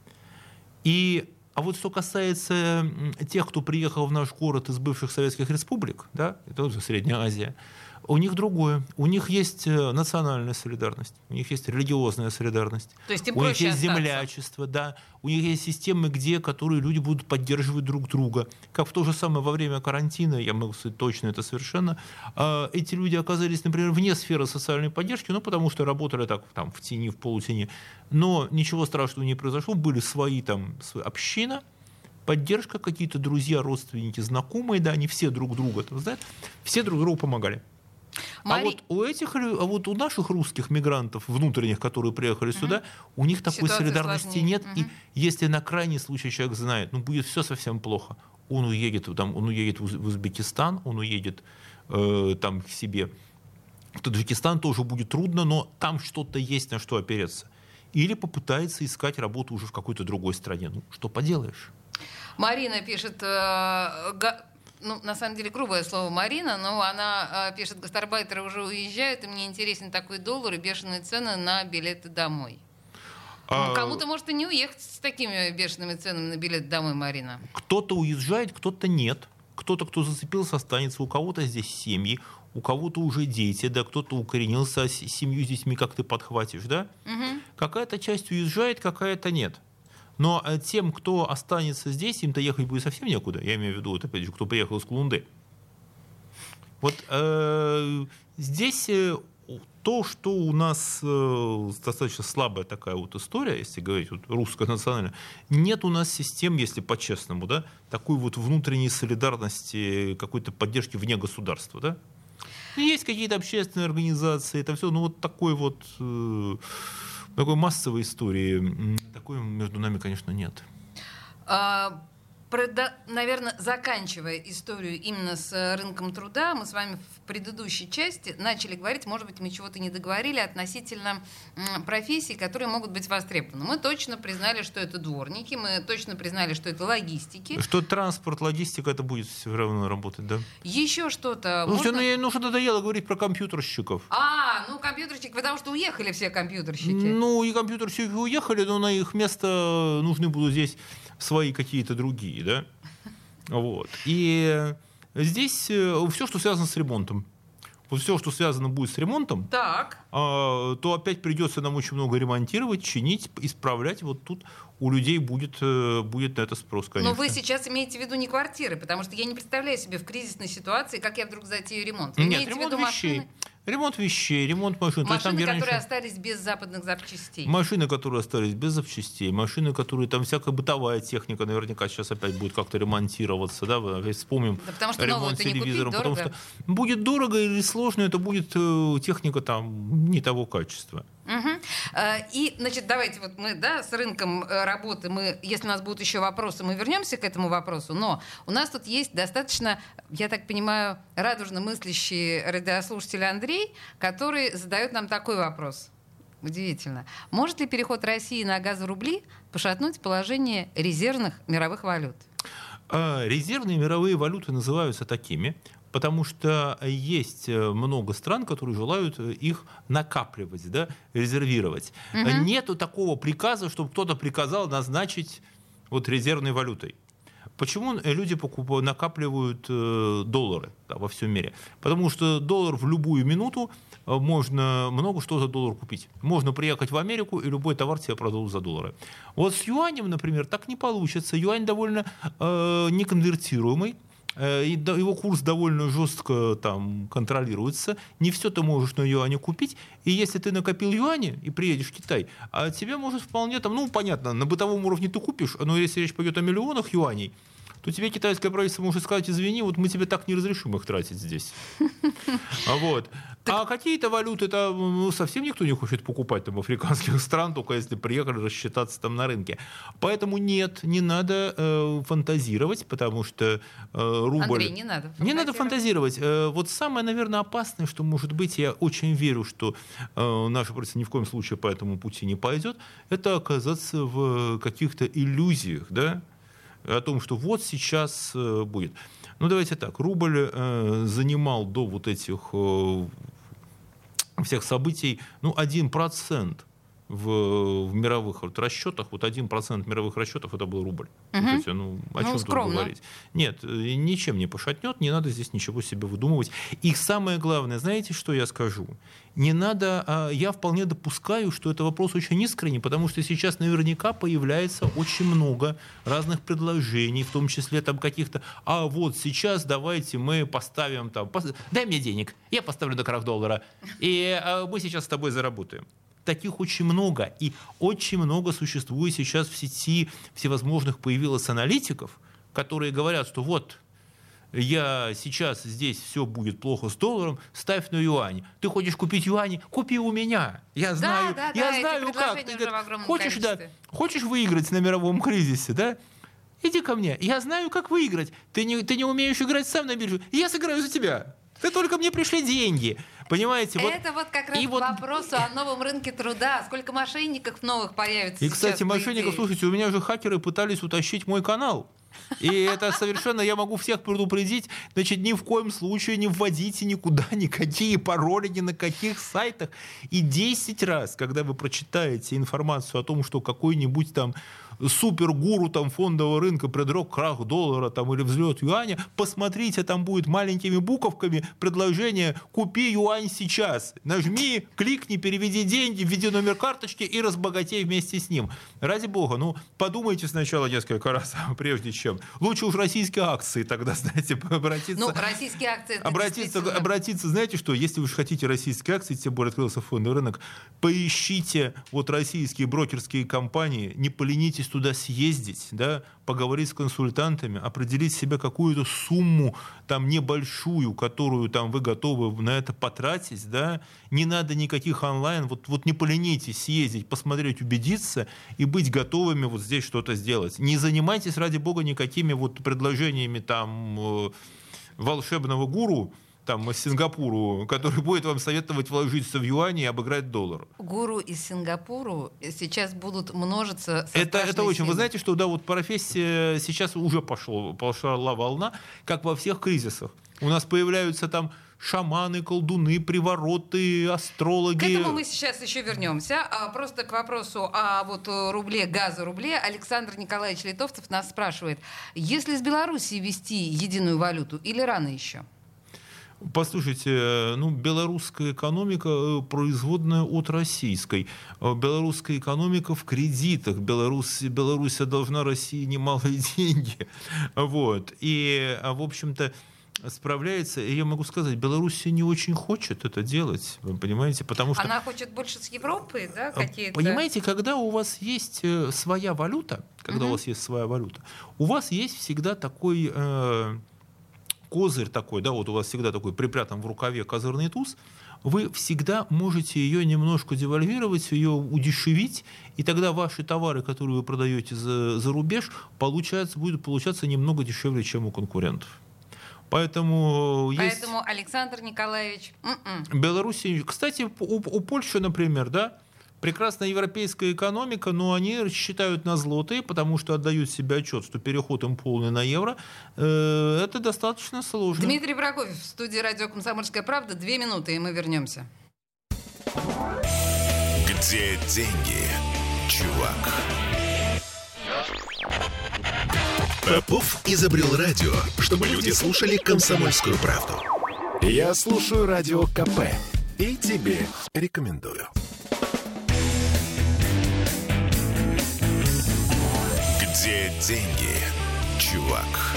И, а вот что касается тех, кто приехал в наш город из бывших советских республик, да, это уже Средняя Азия, у них другое. У них есть национальная солидарность, у них есть религиозная солидарность, то есть им у них есть остаться. землячество, да, у них есть системы, где, которые люди будут поддерживать друг друга. Как в то же самое во время карантина, я могу сказать точно это совершенно, эти люди оказались, например, вне сферы социальной поддержки, ну, потому что работали так там, в тени, в полутени. Но ничего страшного не произошло, были свои там община, поддержка, какие-то друзья, родственники, знакомые, да, они все друг друга там, знают, все друг другу помогали. Мари... А вот у этих, а вот у наших русских мигрантов внутренних, которые приехали угу. сюда, у них такой Ситуация солидарности сложнее. Нет. Угу. И если на крайний случай человек знает, ну будет все совсем плохо, он уедет, там, он уедет в Узбекистан, он уедет э, там к себе. В Таджикистан тоже будет трудно, но там что-то есть, на что опереться. Или попытается искать работу уже в какой-то другой стране. Ну, что поделаешь? Марина пишет... Э, га... Ну, на самом деле, грубое слово Марина, но она э, пишет, гастарбайтеры уже уезжают, и мне интересен такой доллар и бешеные цены на билеты домой. А... Ну, кому-то может и не уехать с такими бешеными ценами на билеты домой, Марина. Кто-то уезжает, кто-то нет. Кто-то, кто зацепился, останется. У кого-то здесь семьи, у кого-то уже дети, да, кто-то укоренился, семью с детьми как ты подхватишь, да? Угу. Какая-то часть уезжает, какая-то нет. Но тем, кто останется здесь, им-то ехать будет совсем некуда. Я имею в виду, вот, опять же, кто приехал из Колунды. Вот э, здесь э, то, что у нас э, достаточно слабая такая вот история, если говорить вот, русская национальная, нет у нас систем, если по-честному, да, такой вот внутренней солидарности, какой-то поддержки вне государства, да. Есть какие-то общественные организации, это все, ну вот такой вот... Э, Такой массовой истории, такой между нами, конечно, нет. А, прода... Наверное, заканчивая историю именно с рынком труда, мы с вами в предыдущей части начали говорить, может быть, мы чего-то не договорили относительно профессий, которые могут быть востребованы. Мы точно признали, что это дворники, мы точно признали, что это логистики. Что транспорт, логистика, это будет все равно работать, да? Еще что-то... Ну, можно... ну, я, ну что надоело говорить про компьютерщиков. А, ну компьютерщики, потому что уехали все компьютерщики. Ну и компьютерщики уехали, но на их место нужны будут здесь свои какие-то другие, да? Вот. И здесь все, что связано с ремонтом. вот все, что связано будет с ремонтом, так. то опять придется нам очень много ремонтировать, чинить, исправлять. Вот тут у людей будет, будет на это спрос, конечно. Но вы сейчас имеете в виду не квартиры, потому что я не представляю себе в кризисной ситуации, как я вдруг затею ремонт. Вы Нет, имеете ремонт в виду вещей. машины? Ремонт вещей, ремонт машин. Машины, там, которые раньше... остались без западных запчастей. Машины, которые остались без запчастей, машины, которые там всякая бытовая техника, наверняка сейчас опять будет как-то ремонтироваться, да, вы вспомним да, потому что ремонт телевизора, потому что будет дорого или сложно, это будет э, техника там не того качества. Угу. И, значит, давайте вот мы, да, с рынком работы, мы, если у нас будут еще вопросы, мы вернемся к этому вопросу, но у нас тут есть достаточно, я так понимаю, радужно мыслящий радиослушатель Андрей, который задает нам такой вопрос. Удивительно. Может ли переход России на газорубли пошатнуть положение резервных мировых валют? Резервные мировые валюты называются такими, потому что есть много стран, которые желают их накапливать, да, резервировать. Угу. Нету такого приказа, чтобы кто-то приказал назначить вот резервной валютой. Почему люди покупают, накапливают доллары, да, во всем мире? Потому что доллар в любую минуту можно много что за доллар купить. Можно приехать в Америку, и любой товар тебе продадут за доллары. Вот с юанем, например, так не получится. Юань довольно э, неконвертируемый. Его курс довольно жестко там контролируется. Не все ты можешь на юане купить. И если ты накопил юани и приедешь в Китай, а тебе может вполне там, ну, понятно, на бытовом уровне ты купишь, но если речь пойдет о миллионах юаней, то тебе китайское правительство может сказать: извини, вот мы тебе так не разрешим их тратить здесь. Вот. А какие-то валюты там ну, совсем никто не хочет покупать там, в африканских стран, только если приехали рассчитаться там на рынке. Поэтому нет, не надо э, фантазировать, потому что э, рубль... Андрей, не надо фантазировать. Не надо фантазировать. Э, вот самое, наверное, опасное, что может быть, я очень верю, что э, наше правительство ни в коем случае по этому пути не пойдет, это оказаться в каких-то иллюзиях, да, о том, что вот сейчас э, будет. Ну, давайте так, рубль э, занимал до вот этих э, всех событий, ну, один процент в, в мировых вот расчетах, вот один процент мировых расчетов это был рубль. Угу. Слушайте, ну, о чем ну, тут говорить? Нет, ничем не пошатнет, не надо здесь ничего себе выдумывать. И самое главное, знаете, что я скажу? Не надо, а я вполне допускаю, что это вопрос очень искренний, потому что сейчас наверняка появляется очень много разных предложений, в том числе там каких-то, а вот сейчас давайте мы поставим там, пос... дай мне денег, я поставлю на крах доллара, и а, мы сейчас с тобой заработаем. Таких очень много, и очень много существует сейчас в сети всевозможных появилось аналитиков, которые говорят, что вот я сейчас здесь все будет плохо с долларом, ставь на юань. Ты хочешь купить юани? Купи у меня. Я знаю, да, да, я да, знаю как. Ты говоришь, хочешь, да, хочешь выиграть на мировом кризисе, да? Иди ко мне. Я знаю, как выиграть. Ты не, ты не умеешь играть сам на бирже. Я сыграю за тебя. Ты только мне пришли деньги. Понимаете? Вот, это вот как раз и к вот... вопросу о новом рынке труда. Сколько мошенников новых появится И, сейчас, кстати, мошенников, слушайте, у меня же хакеры пытались утащить мой канал. И это совершенно, я могу всех предупредить, значит, ни в коем случае не вводите никуда никакие пароли, ни на каких сайтах. И десять раз, когда вы прочитаете информацию о том, что какой-нибудь там супергуру там фондового рынка предрек крах доллара там, или взлет юаня, посмотрите, там будет маленькими буковками предложение «Купи юань сейчас». Нажми, кликни, переведи деньги, введи номер карточки и разбогатей вместе с ним. Ради бога, ну подумайте сначала несколько раз, прежде чем. Лучше уж российские акции тогда, знаете, обратиться. Ну, российские акции это обратиться, действительно... обратиться, знаете что, если вы хотите российские акции, тем более открылся фондовый рынок, поищите вот российские брокерские компании, не поленитесь туда съездить, да, поговорить с консультантами, определить себе какую-то сумму там небольшую, которую там вы готовы на это потратить, да, не надо никаких онлайн, вот, вот не поленитесь съездить, посмотреть, убедиться и быть готовыми вот здесь что-то сделать. Не занимайтесь, ради бога, никакими вот предложениями там э, волшебного гуру, там, из Сингапура, который будет вам советовать вложиться в юани и обыграть доллар. Гуру из Сингапура сейчас будут множиться. Это, это очень. Силой. Вы знаете, что да, вот профессия сейчас уже пошло, пошла волна, как во всех кризисах. У нас появляются там шаманы, колдуны, привороты, астрологи. К этому мы сейчас еще вернемся. А просто к вопросу о вот рубле, газу рубле. Александр Николаевич Литовцев нас спрашивает, если с Белоруссией ввести единую валюту или рано еще? Послушайте, ну, белорусская экономика производная от российской. Белорусская экономика в кредитах. Беларусь, Беларусь должна России немалые деньги. Вот. И, в общем-то, справляется. И я могу сказать, Беларусь не очень хочет это делать, вы понимаете, потому что... Она хочет больше с Европой, да, какие-то... Понимаете, когда у вас есть своя валюта, когда угу. у вас есть своя валюта, у вас есть всегда такой э, козырь такой, да, вот у вас всегда такой припрятан в рукаве козырный туз, вы всегда можете ее немножко девальвировать, ее удешевить, и тогда ваши товары, которые вы продаете за, за рубеж, получается, будут получаться немного дешевле, чем у конкурентов. Поэтому, Поэтому есть... Александр Николаевич... м-м. Беларусь, кстати, у, у Польши, например, да, прекрасная европейская экономика, но они считают на злотые, потому что отдают себе отчет, что переход им полный на евро. Э, это достаточно сложно. Дмитрий Прокофьев в студии радио «Комсомольская правда». Две минуты, и мы вернемся. Где деньги, чувак? Попов изобрел радио, чтобы люди слушали «Комсомольскую правду». Я слушаю радио КП и тебе рекомендую. Где деньги, чувак?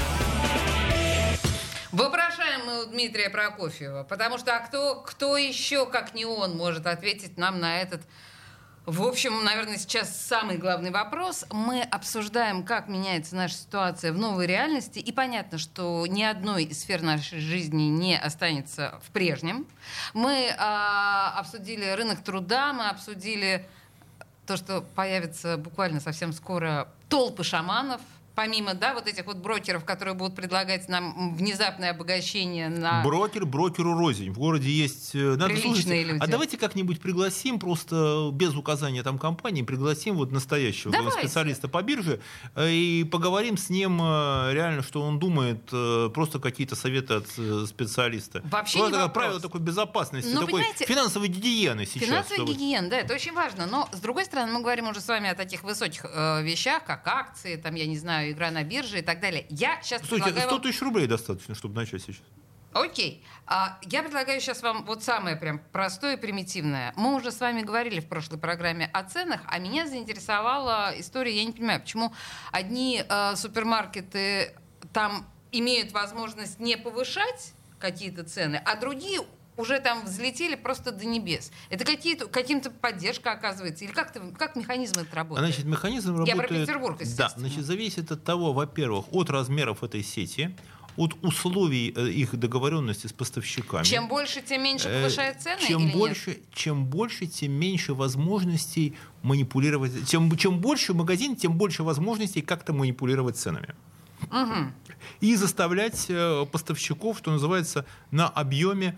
Вопрошаем мы у Дмитрия Прокофьева, потому что а кто, кто еще, как не он, может ответить нам на этот... В общем, наверное, сейчас самый главный вопрос. Мы обсуждаем, как меняется наша ситуация в новой реальности. И понятно, что ни одной из сфер нашей жизни не останется в прежнем. Мы а, обсудили рынок труда, мы обсудили то, что появится буквально совсем скоро толпы шаманов. Помимо, да, вот этих вот брокеров, которые будут предлагать нам внезапное обогащение на... Брокер брокеру рознь. В городе есть... Надо, приличные слушайте, люди. А давайте как-нибудь пригласим, просто без указания там компании, пригласим вот настоящего Давайте. специалиста по бирже и поговорим с ним реально, что он думает, просто какие-то советы от специалиста. Вообще ну, не это вопрос. правило такой безопасности, Но, такой понимаете, финансовой гигиены сейчас. Финансовая чтобы... гигиена, да, это очень важно. Но, с другой стороны, мы говорим уже с вами о таких высоких э, вещах, как акции, там, я не знаю, игра на бирже и так далее. Я сейчас Слушайте, предлагаю... сто тысяч рублей достаточно, чтобы начать сейчас. Окей. А, я предлагаю сейчас вам вот самое прям простое и примитивное. Мы уже с вами говорили в прошлой программе о ценах, а меня заинтересовала история, я не понимаю, почему одни э, супермаркеты там имеют возможность не повышать какие-то цены, а другие уже там взлетели просто до небес. Это какие-то, каким-то поддержка оказывается? Или как, как механизм это работает? Значит, механизм работает... Я про Петербург, естественно. Да, значит, зависит от того, во-первых, от размеров этой сети, от условий их договоренности с поставщиками. Чем больше, тем меньше повышают цены? Чем или больше, нет? чем больше, тем меньше возможностей манипулировать. Чем, чем больше магазин, тем больше возможностей как-то манипулировать ценами. Угу. И заставлять поставщиков, что называется, на объеме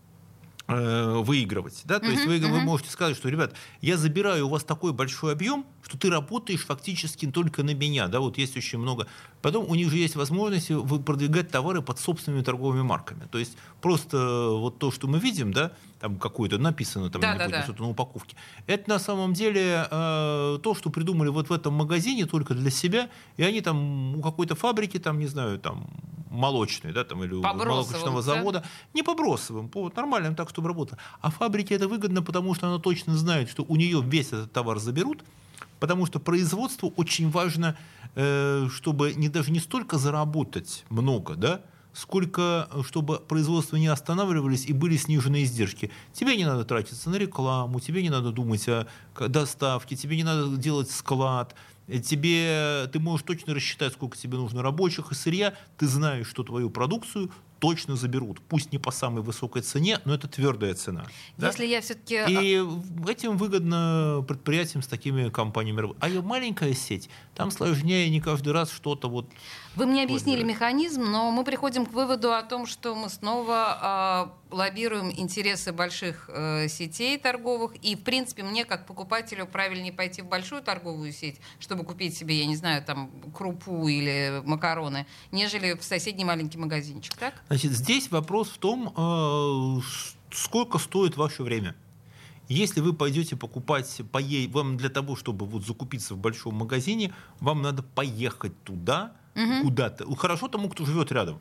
выигрывать. Да? То uh-huh, есть вы, uh-huh. вы можете сказать, что, ребят, я забираю у вас такой большой объем, что ты работаешь фактически только на меня. Да? Вот есть очень много. Потом у них же есть возможность продвигать товары под собственными торговыми марками. То есть просто вот то, что мы видим, да, там какое-то написано там, да, да, да. что-то на упаковке, это на самом деле э, то, что придумали вот в этом магазине только для себя, и они там у какой-то фабрики, там, не знаю, там, молочной, да, там, или у молочного завода, да? Не по бросовым, по нормальным, так, чтобы работало. А фабрике это выгодно, потому что она точно знает, что у нее весь этот товар заберут, потому что производству очень важно, э, чтобы не, даже не столько заработать много, да, сколько, чтобы производства не останавливались и были снижены издержки. Тебе не надо тратиться на рекламу, тебе не надо думать о доставке, тебе не надо делать склад, тебе, ты можешь точно рассчитать, сколько тебе нужно рабочих и сырья, ты знаешь, что твою продукцию точно заберут. Пусть не по самой высокой цене, но это твердая цена. Если да? я все-таки... И этим выгодно предприятиям с такими компаниями. А ее маленькая сеть, там сложнее, не каждый раз что-то вот... Вы мне объяснили механизм, но мы приходим к выводу о том, что мы снова э, лоббируем интересы больших э, сетей торговых. И, в принципе, мне, как покупателю, правильнее пойти в большую торговую сеть, чтобы купить себе, я не знаю, там, крупу или макароны, нежели в соседний маленький магазинчик, так? Значит, здесь вопрос в том, э, сколько стоит ваше время. Если вы пойдете покупать, пое... вам для того, чтобы вот закупиться в большом магазине, вам надо поехать туда, угу. куда-то. Хорошо тому, кто живет рядом.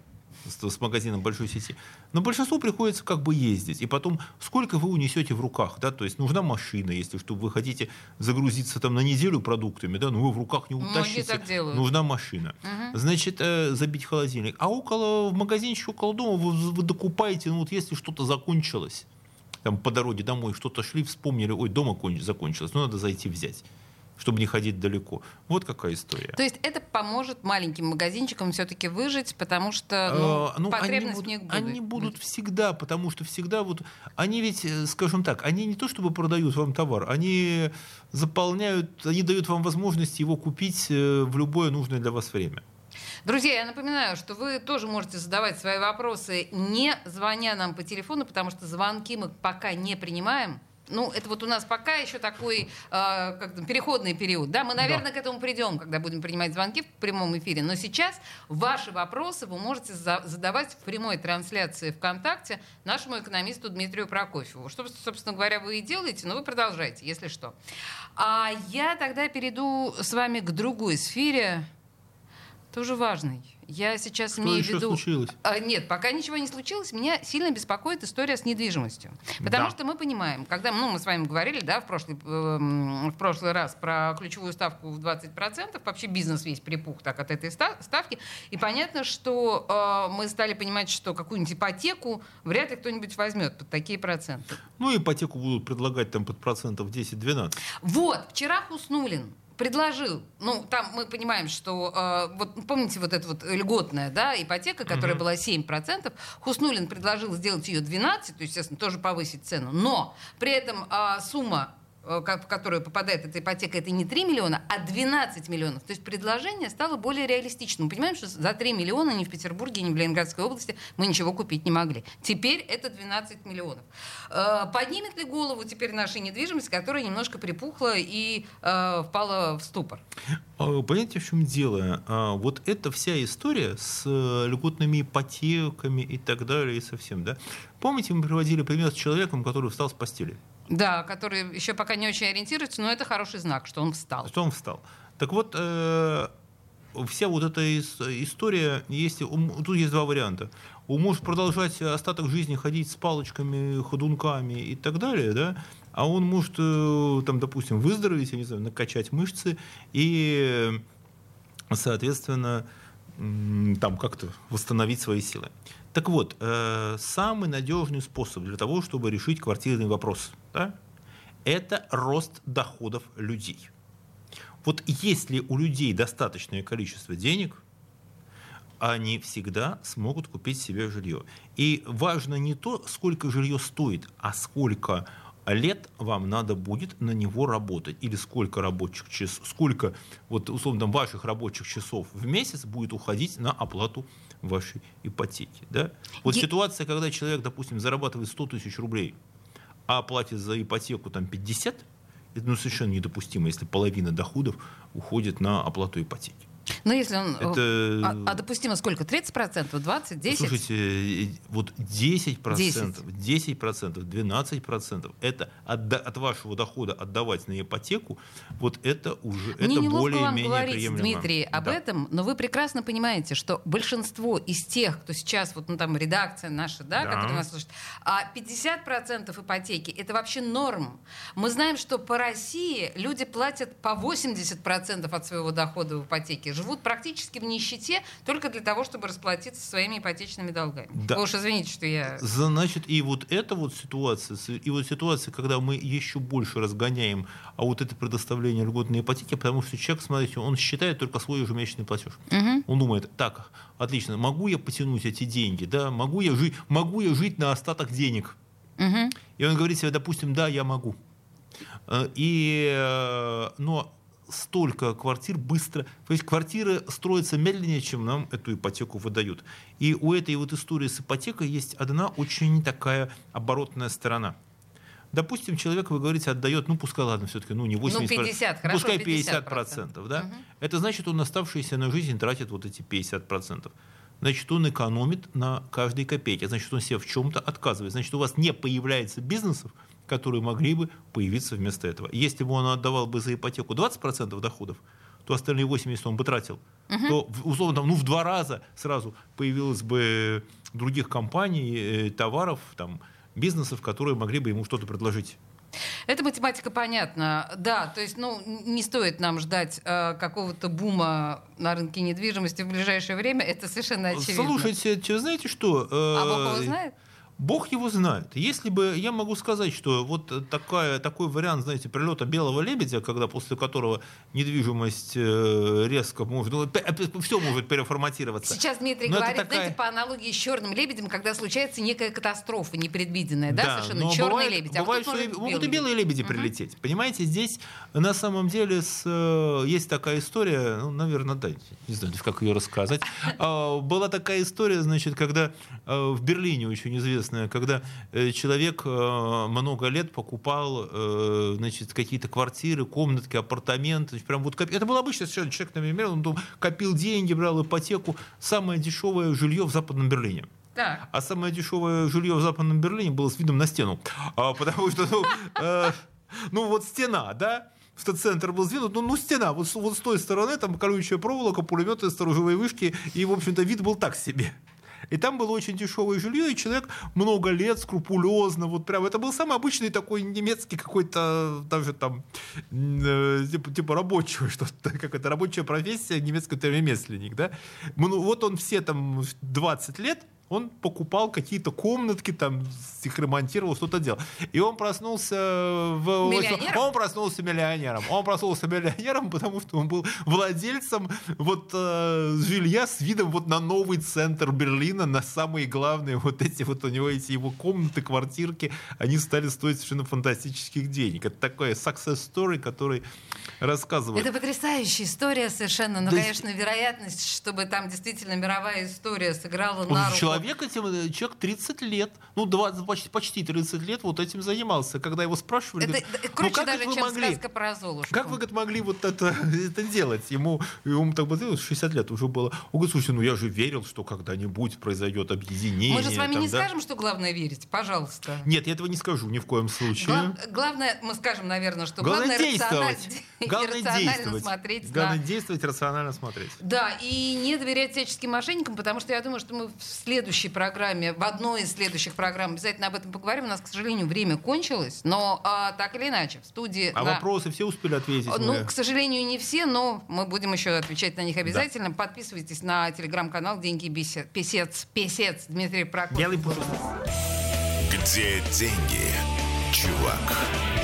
с, с магазином большой сети. Но большинству приходится как бы ездить. И потом, сколько вы унесете в руках, да, то есть нужна машина, если чтобы вы хотите загрузиться там на неделю продуктами, да, но вы в руках не утащите, нужна машина. Угу. Значит, э, забить холодильник. А около, в магазинчике около дома вы, вы докупаете, ну вот если что-то закончилось, там по дороге домой что-то шли, вспомнили, ой, дома закончилось, ну надо зайти взять, чтобы не ходить далеко. Вот какая история. То есть это поможет маленьким магазинчикам все-таки выжить, потому что ну, а, ну, потребность будут, в них будет. Они будут всегда, потому что всегда вот... Они ведь, скажем так, они не то чтобы продают вам товар, они заполняют, они дают вам возможность его купить в любое нужное для вас время. Друзья, я напоминаю, что вы тоже можете задавать свои вопросы, не звоня нам по телефону, потому что звонки мы пока не принимаем. Ну, это вот у нас пока еще такой э, как переходный период. Да, мы, наверное, да. к этому придем, когда будем принимать звонки в прямом эфире. Но сейчас ваши вопросы вы можете за- задавать в прямой трансляции ВКонтакте нашему экономисту Дмитрию Прокофьеву. Что, собственно говоря, вы и делаете, но вы продолжайте, если что. А я тогда перейду с вами к другой сфере, тоже важной. Я сейчас Что имею в еще виду... случилось? А, нет, пока ничего не случилось. Меня сильно беспокоит история с недвижимостью. Потому да. что мы понимаем, когда ну, мы с вами говорили да, в, прошлый, э, в прошлый раз про ключевую ставку в двадцать процентов, вообще бизнес весь припух так, от этой ставки, и понятно, что э, мы стали понимать, что какую-нибудь ипотеку вряд ли кто-нибудь возьмет под такие проценты. Ну, ипотеку будут предлагать там под процентов десять-двенадцать. Вот, вчера Хуснуллин предложил, ну, там мы понимаем, что, э, вот помните вот эта вот льготная, да, ипотека, которая mm-hmm. была семь процентов, Хуснуллин предложил сделать ее двенадцать, то есть, естественно, тоже повысить цену, но при этом э, сумма, в которую попадает эта ипотека, это не три миллиона, а двенадцать миллионов. То есть предложение стало более реалистичным. Мы понимаем, что за три миллиона ни в Петербурге, ни в Ленинградской области мы ничего купить не могли. Теперь это двенадцать миллионов. Поднимет ли голову теперь наша недвижимость, которая немножко припухла и э, впала в ступор? Понимаете, в чем дело? Вот эта вся история с льготными ипотеками и так далее, и совсем, да? Помните, мы приводили пример с человеком, который встал с постели? Да, который еще пока не очень ориентируется, но это хороший знак, что он встал. Что он встал. Так вот, э, вся вот эта история, есть, тут есть два варианта. Он может продолжать остаток жизни ходить с палочками, ходунками и так далее, да? А он может, э, там, допустим, выздороветь, я не знаю, накачать мышцы и, соответственно, э, там как-то восстановить свои силы. Так вот, э, самый надежный способ для того, чтобы решить квартирный вопрос, да, это рост доходов людей. Вот если у людей достаточное количество денег, они всегда смогут купить себе жилье. И важно не то, сколько жилье стоит, а сколько лет вам надо будет на него работать. Или сколько рабочих часов, сколько вот, условно, ваших рабочих часов в месяц будет уходить на оплату вашей ипотеки. Да? Вот Я... ситуация, когда человек, допустим, зарабатывает сто тысяч рублей, а платит за ипотеку там, пятьдесят, это ну, совершенно недопустимо, если половина доходов уходит на оплату ипотеки. Ну, если он... Это... А, а допустимо сколько? тридцать процентов? двадцать? десять? Слушайте, вот десять процентов, десять процентов, двенадцать процентов это от, от вашего дохода отдавать на ипотеку, вот это уже Мне это более-менее говорить, приемлемо. Дмитрий, об да. этом, но вы прекрасно понимаете, что большинство из тех, кто сейчас, вот ну, там редакция наша, да, да. которая нас слушает, а пятьдесят процентов ипотеки это вообще норм. Мы знаем, что по России люди платят по восемьдесят процентов от своего дохода в ипотеке. Живут практически в нищете только для того, чтобы расплатиться своими ипотечными долгами. Да. Вы уж извините, что я... Значит, и вот эта вот ситуация, и вот ситуация, когда мы еще больше разгоняем а вот это предоставление льготной ипотеки, потому что человек, смотрите, он считает только свой ежемесячный платеж. Угу. Он думает, так, отлично, могу я потянуть эти деньги, да, могу я жить, могу я жить на остаток денег. Угу. И он говорит себе, допустим, да, я могу. И, но столько квартир быстро... То есть квартиры строятся медленнее, чем нам эту ипотеку выдают. И у этой вот истории с ипотекой есть одна очень такая оборотная сторона. Допустим, человек, вы говорите, отдает, ну пускай, ладно, все-таки, ну не восемьдесят процентов, ну, пятьдесят, хорошо, пускай пятьдесят процентов, да? Угу. Это значит, он оставшиеся на жизнь тратит вот эти пятьдесят процентов. Значит, он экономит на каждой копейке. Значит, он себе в чем-то отказывает. Значит, у вас не появляется бизнесов, которые могли бы появиться вместо этого. Если бы он отдавал бы за ипотеку двадцать процентов доходов, то остальные восемьдесят он бы тратил. Угу. То, условно, там, ну, в два раза сразу появилось бы других компаний, товаров, там, бизнесов, которые могли бы ему что-то предложить. Эта математика понятна. Да, то есть, ну, не стоит нам ждать э, какого-то бума на рынке недвижимости в ближайшее время. Это совершенно очевидно. Слушайте, знаете что? Э, а Бог его знает? Бог его знает. Если бы я могу сказать, что вот такая, такой вариант, знаете, прилета белого лебедя, когда после которого недвижимость резко может, ну, все может переформатироваться. Сейчас Дмитрий но говорит, такая... знаете, по аналогии с черным лебедем, когда случается некая катастрофа непредвиденная, да, да совершенно черный бывает, лебедь. А бывает, вот что могут и белые лебеди uh-huh. прилететь. Понимаете, здесь на самом деле с, есть такая история, ну, наверное, да, не знаю, как ее рассказать. Была такая история, значит, когда в Берлине очень известная, когда человек много лет покупал, значит, какие-то квартиры, комнатки, апартаменты. Прям вот коп... Это был обычный совершенно человек, например, он копил деньги, брал ипотеку. Самое дешевое жилье в Западном Берлине. Так. А самое дешевое жилье в Западном Берлине было с видом на стену. А, потому что, ну, э, ну, вот стена, да? Центр был сдвинут, ну, ну стена, вот, вот с той стороны там колючая проволока, пулеметы, сторожевые вышки, и, в общем-то, вид был так себе. И там было очень дешевое жилье, и человек много лет скрупулезно, вот прям, это был самый обычный такой немецкий какой-то, даже там, э, типа, типа рабочего, что-то, как это, рабочая профессия, немецкий ремесленник, да. Ну, вот он все там двадцать лет, он покупал какие-то комнатки, там, их ремонтировал, что-то делал. И он проснулся в... Миллионером? Он проснулся миллионером. Он проснулся миллионером, потому что он был владельцем вот, э, жилья с видом вот на новый центр Берлина, на самые главные вот эти вот у него эти его комнаты, квартирки, они стали стоить совершенно фантастических денег. Это такой success story, который рассказывает. Это потрясающая история совершенно. Но, да, конечно, вероятность, чтобы там действительно мировая история сыграла на руку. Человек этим, человек тридцать лет, ну, двадцать, почти, почти тридцать лет вот этим занимался. Когда его спрашивали, это, говорит, круче ну, как даже, вы чем могли? Сказка про Золушку. Как вы, говорит, могли вот это, это делать? Ему, ему так было, шестьдесят лет уже было. Он говорит, слушайте, ну я же верил, что когда-нибудь произойдет объединение. Мы же с вами там, не да? скажем, что главное верить, пожалуйста. Нет, я этого не скажу ни в коем случае. Глав, главное, мы скажем, наверное, что главное, главное действовать. Главное действовать. смотреть. Главное на... действовать, рационально смотреть. Да, и не доверять всяческим мошенникам, потому что я думаю, что мы в следующей программе, в одной из следующих программ обязательно об этом поговорим. У нас, к сожалению, время кончилось, но а, так или иначе, в студии... А на... вопросы все успели ответить? Ну, мы? к сожалению, не все, но мы будем еще отвечать на них обязательно. Да. Подписывайтесь на телеграм-канал «Деньги и песец». Песец Дмитрий Прокофьев. Белый пушистый. Где деньги, чувак?